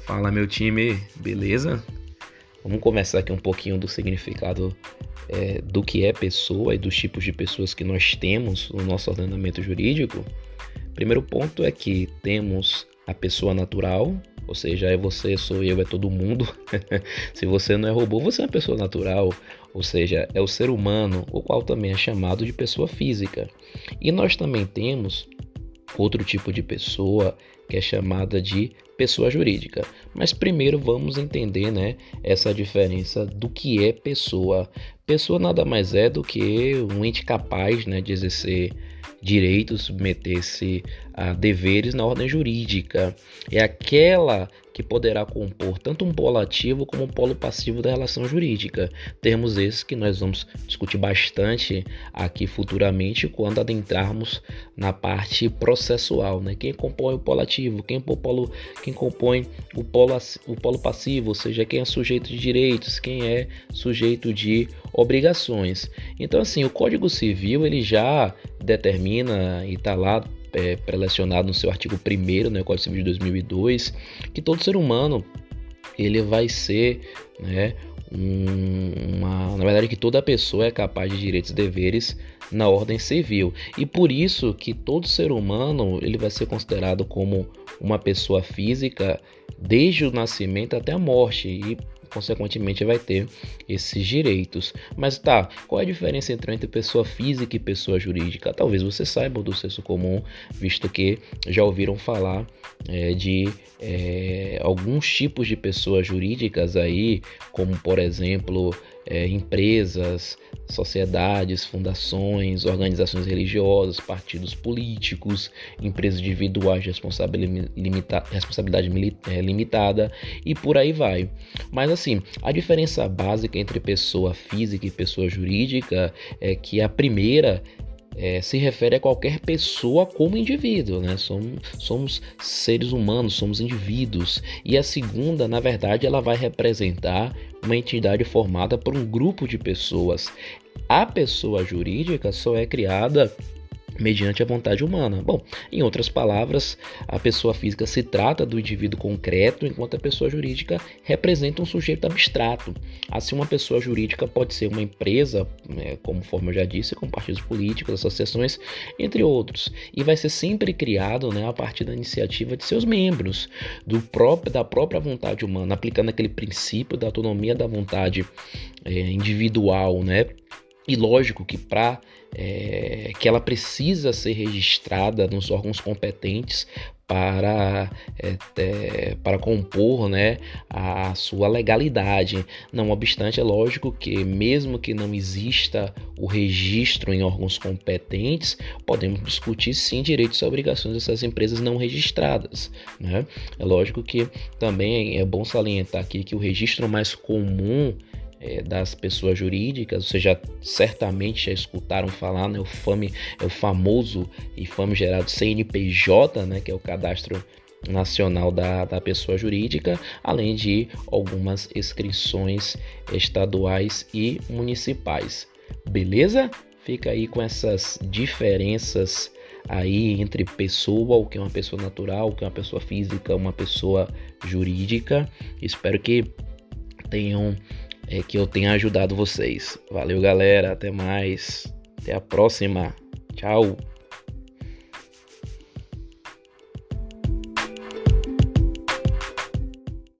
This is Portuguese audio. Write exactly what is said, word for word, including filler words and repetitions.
Fala, meu time, beleza? Vamos conversar aqui um pouquinho do significado é, do que é pessoa e dos tipos de pessoas que nós temos no nosso ordenamento jurídico. Primeiro ponto é que temos a pessoa natural, ou seja, é você, sou eu, é todo mundo. Se você não é robô, você é uma pessoa natural, ou seja, é o ser humano, o qual também é chamado de pessoa física. E nós também temos outro tipo de pessoa que é chamada de pessoa jurídica. Mas primeiro vamos entender, né, essa diferença do que é pessoa. Pessoa nada mais é do que um ente capaz, né, de exercer direitos, submeter-se a deveres na ordem jurídica. É aquela que poderá compor tanto um polo ativo como um polo passivo da relação jurídica. Termos esses que nós vamos discutir bastante aqui futuramente quando adentrarmos na parte processual, né? Quem compõe o polo ativo, quem, o polo, quem compõe o polo, o polo passivo, ou seja, quem é sujeito de direitos, quem é sujeito de obrigações. Então, assim, o Código Civil ele já determina e está lá é, prelecionado no seu artigo primeiro, né, o Código Civil de dois mil e dois, que todo ser humano ele vai ser, né, um, uma, na verdade que toda pessoa é capaz de direitos e deveres na ordem civil, e por isso que todo ser humano ele vai ser considerado como uma pessoa física desde o nascimento até a morte e consequentemente vai ter esses direitos. Mas tá, qual é a diferença entre, entre pessoa física e pessoa jurídica? Talvez você saiba do senso comum, visto que já ouviram falar é, de é, alguns tipos de pessoas jurídicas aí, como por exemplo é, empresas, sociedades, fundações, organizações religiosas, partidos políticos, empresas individuais de responsabilidade, limita, responsabilidade é, limitada e por aí vai. Mas assim, a diferença básica entre pessoa física e pessoa jurídica é que a primeira É, se refere a qualquer pessoa como indivíduo, né? Somos, somos seres humanos, somos indivíduos. E a segunda, na verdade, ela vai representar uma entidade formada por um grupo de pessoas. A pessoa jurídica só é criada mediante a vontade humana. Bom, em outras palavras, a pessoa física se trata do indivíduo concreto, enquanto a pessoa jurídica representa um sujeito abstrato. Assim, uma pessoa jurídica pode ser uma empresa, né, como forma eu já disse, com partidos políticos, associações, entre outros, e vai ser sempre criado, né, a partir da iniciativa de seus membros, do próprio, da própria vontade humana, aplicando aquele princípio da autonomia da vontade é, individual, né? E lógico que para é, que ela precisa ser registrada nos órgãos competentes para, é, é, para compor, né, a sua legalidade. Não obstante, é lógico que mesmo que não exista o registro em órgãos competentes, podemos discutir sim direitos e obrigações dessas empresas não registradas, né? É lógico que também é bom salientar aqui que o registro mais comum É, das pessoas jurídicas, vocês já certamente já escutaram falar, né, o, fame, é o famoso e famigerado C N P J, né, que é o Cadastro Nacional da, da Pessoa Jurídica, além de algumas inscrições estaduais e municipais. Beleza? Fica aí com essas diferenças aí entre pessoa, o que é uma pessoa natural, o que é uma pessoa física, uma pessoa jurídica. Espero que tenham É que eu tenha ajudado vocês. Valeu, galera. Até mais. Até a próxima. Tchau.